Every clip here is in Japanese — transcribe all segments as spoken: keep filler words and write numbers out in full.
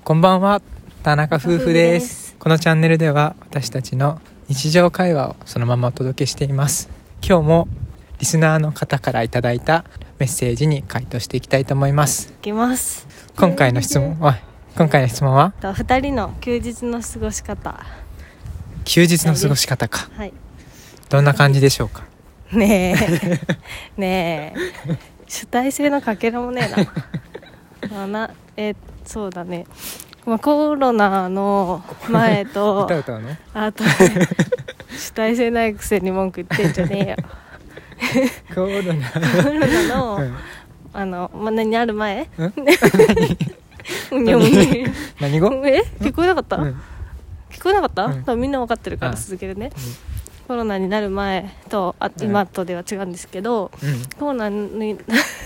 こんばんは、田中夫婦です。このチャンネルでは私たちの日常会話をそのままお届けしています。今日もリスナーの方からいただいたメッセージに回答していきたいと思います。 いきます。 今回の質問は今回の質問はふたりの休日の過ごし方。 休日の過ごし方か、 はい、 どんな感じでしょうか。 ねえねえ主体性のかけらもねえなまあなえー、そうだね、まあ、コロナの前と歌歌うのあと、ね、主体性ないくせに文句言ってんじゃねえよコロナコロナの、うん、あの、まあ、何ある前何何語え聞こえなかった、うん、聞こえなかった、 うん、 多分みんな分かってるから続けるね、うん、コロナになる前とあ今とでは違うんですけど、うん、コロナに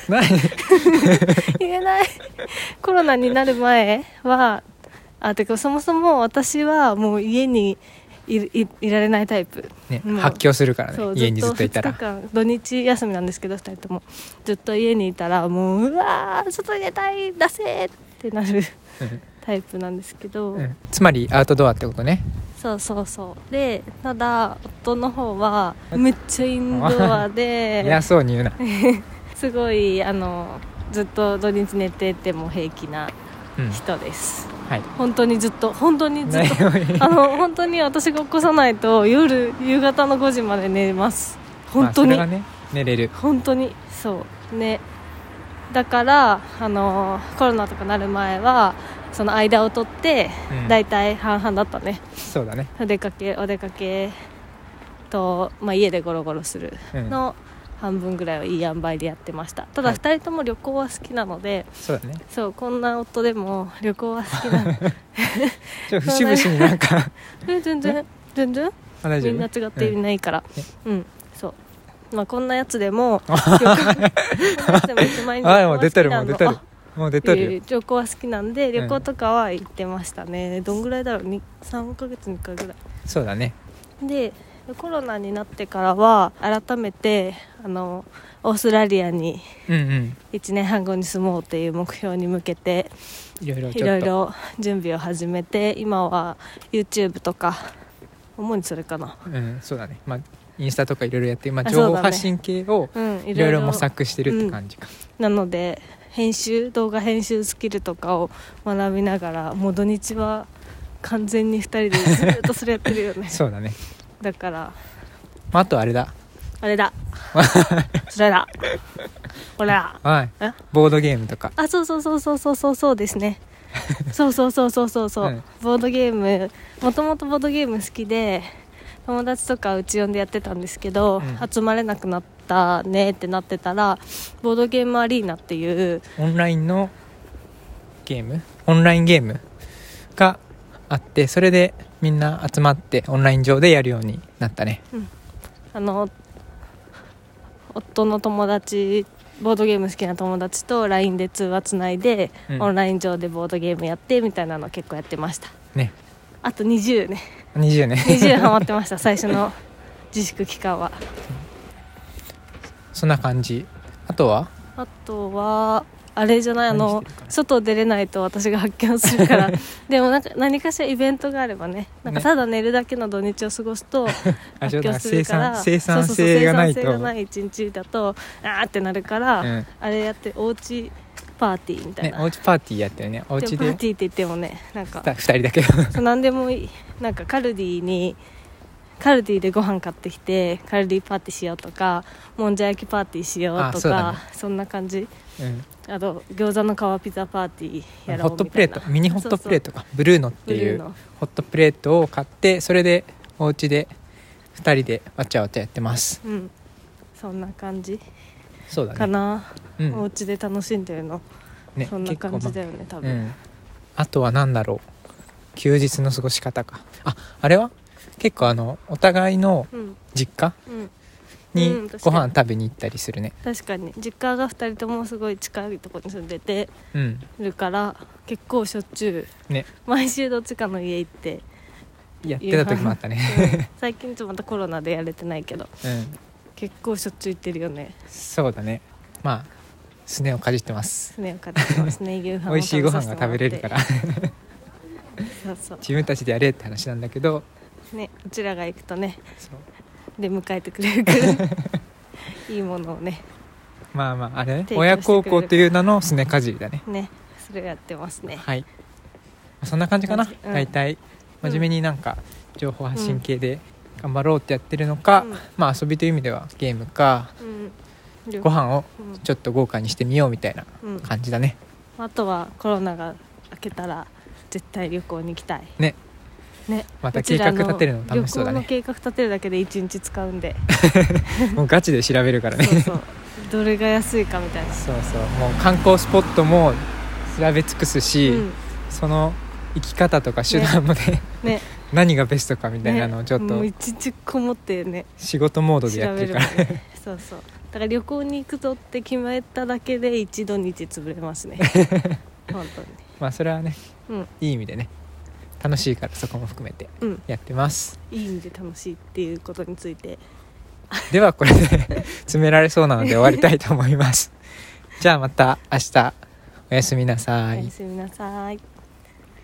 言えないコロナになる前はあてかそもそも私はもう家に い, い, いられないタイプ、 ね、発狂するからね。家にずっといたらふつかかん土日休みなんですけどふたりともずっと家にいたらもううわー外に出たい出せってなるタイプなんですけど、 うん、つまりアウトドアってことね。 そうそうそうでただ夫の方はめっちゃインドアで嫌そうに言うなすごいあのずっと土日寝てても平気な人です、うんはい、本当にずっと本当にずっとあの本当に私が起こさないと夜夕方のごじまで寝ます本当に、 まあそれはね、寝れる本当にそうね。だからあのコロナとかなる前はその間を取ってだいたい半々だったね、 うん、そうだね。 お出かけお出かけと、まあ、家でゴロゴロするの半分ぐらいはいい塩梅でやってました。ただふたりとも旅行は好きなので、 はい、そうだね。 そうこんな夫でも旅行は好きなのちょ節々になんか全然全然みんな違っていないから、うん、うん、そうまあ、こんなやつでも旅行でも一枚に旅行は好きなの。 もう出とるよ。 旅行は好きなんで旅行とかは行ってましたね、うん、どんぐらいだろうさんかげつにいっかいぐらい。 そうだね。 でコロナになってからは改めてあのオーストラリアにいちねんはんごに住もうという目標に向けていろいろ準備を始めて今は YouTube とか主にそれかな、 うん、そうだね、まあ、インスタとかいろいろやって、まあ、情報発信系をいろいろ模索してるって感じか、 うん、なので編集動画編集スキルとかを学びながらもう土日は完全にふたりでずっとそれやってるよねそうだね。 だから、 まあ、あとあれだあれだそれだこれだ、 はい、ボードゲームとか。 あそうそうそうそうそうそうそうですねそうそうそうそうそうそう、うん、ボードゲームもともとボードゲーム好きで友達とかうち呼んでやってたんですけど、うん、集まれなくなったねってなってたらボードゲームアリーナっていうオンラインのゲームオンラインゲームがあってそれでみんな集まってオンライン上でやるようになったね、うん、 あの夫の友達ボードゲーム好きな友達と ライン で通話つないで、うん、オンライン上でボードゲームやってみたいなの結構やってましたね。 あとにじゅうねにじゅうねにじゅうハマってました最初の自粛期間はそんな感じ。あとはあとはあれじゃないあの外出れないと私が発狂するからでもなんか何かしらイベントがあればねなんかただ寝るだけの土日を過ごすと発狂するから生産性がないと生産性がない一日だとあーってなるから、うん、あれやっておうちパーティーみたいな、 ね、おうちパーティーやってるね。おうちでパーティーって言ってもねなんかふたりだけどそう何でもいい。なんかカルディにカルディでご飯買ってきてカルディパーティーしようとかもんじゃ焼きパーティーしようと か そ,、ね、そんな感じ、うん、あと餃子の皮ピザパーティーやろうみたいな。 ホットプレートミニホットプレートかブルーノっていうホットプレートを買ってそれでお家でふたりでわちゃわちゃやってます、 うん、そんな感じそうだ、ね、 かな、 うん、 お家で楽しんでるの、ね、そんな感じだよね多分、うん、 あとは何だろう休日の過ごし方か。ああれは結構あのお互いの実家、うんにご飯食べに行ったりするね、 うんうん、確かに実家がふたりともすごい近いところに住んでて、うん、るから結構しょっちゅう、ね、毎週どっちかの家行ってやってた時もあったね、 うん、最近ちょっとまたコロナでやれてないけど、うん、結構しょっちゅう行ってるよね。 そうだね。まあすねをかじってます。 すねをかじってますね。夕飯を美味しいご飯が食べれるからそうそう自分たちでやれって話なんだけどね、うちらが行くとねそうで迎えてくれるからいいものをねまあまああれ提供してくれる親孝行という名のすねかじりだね。 ね、それをやってますね。 はい、そんな感じかな、 うん、 大体真面目になんか情報発信系で頑張ろうってやってるのか、 うん、 まあ遊びという意味ではゲームか、 うん、 ご飯をちょっと豪華にしてみようみたいな感じだね、 うん、あとはコロナが明けたら絶対旅行に行きたいね。 ね、 また計画立てるの楽しそうだね。 旅行の計画立てるだけでいちにち使うんでもうガチで調べるからねそうそう、どれが安いかみたいな。 そうそう、もう観光スポットも調べ尽くすし、うん、その生き方とか手段も ね, ね何がベストかみたいなのをちょっと、ね、 もう一日こもってね仕事モードでやってるから、ね、 そうそう、だから旅行に行くぞって決めただけで一土日潰れますね本当に。まあそれはね、 うん、 いい意味でね楽しいからそこも含めてやってます、 うん、いい意味で楽しいっていうことについてではこれで詰められそうなので終わりたいと思いますじゃあまた明日おやすみなさい。 おやすみなさい。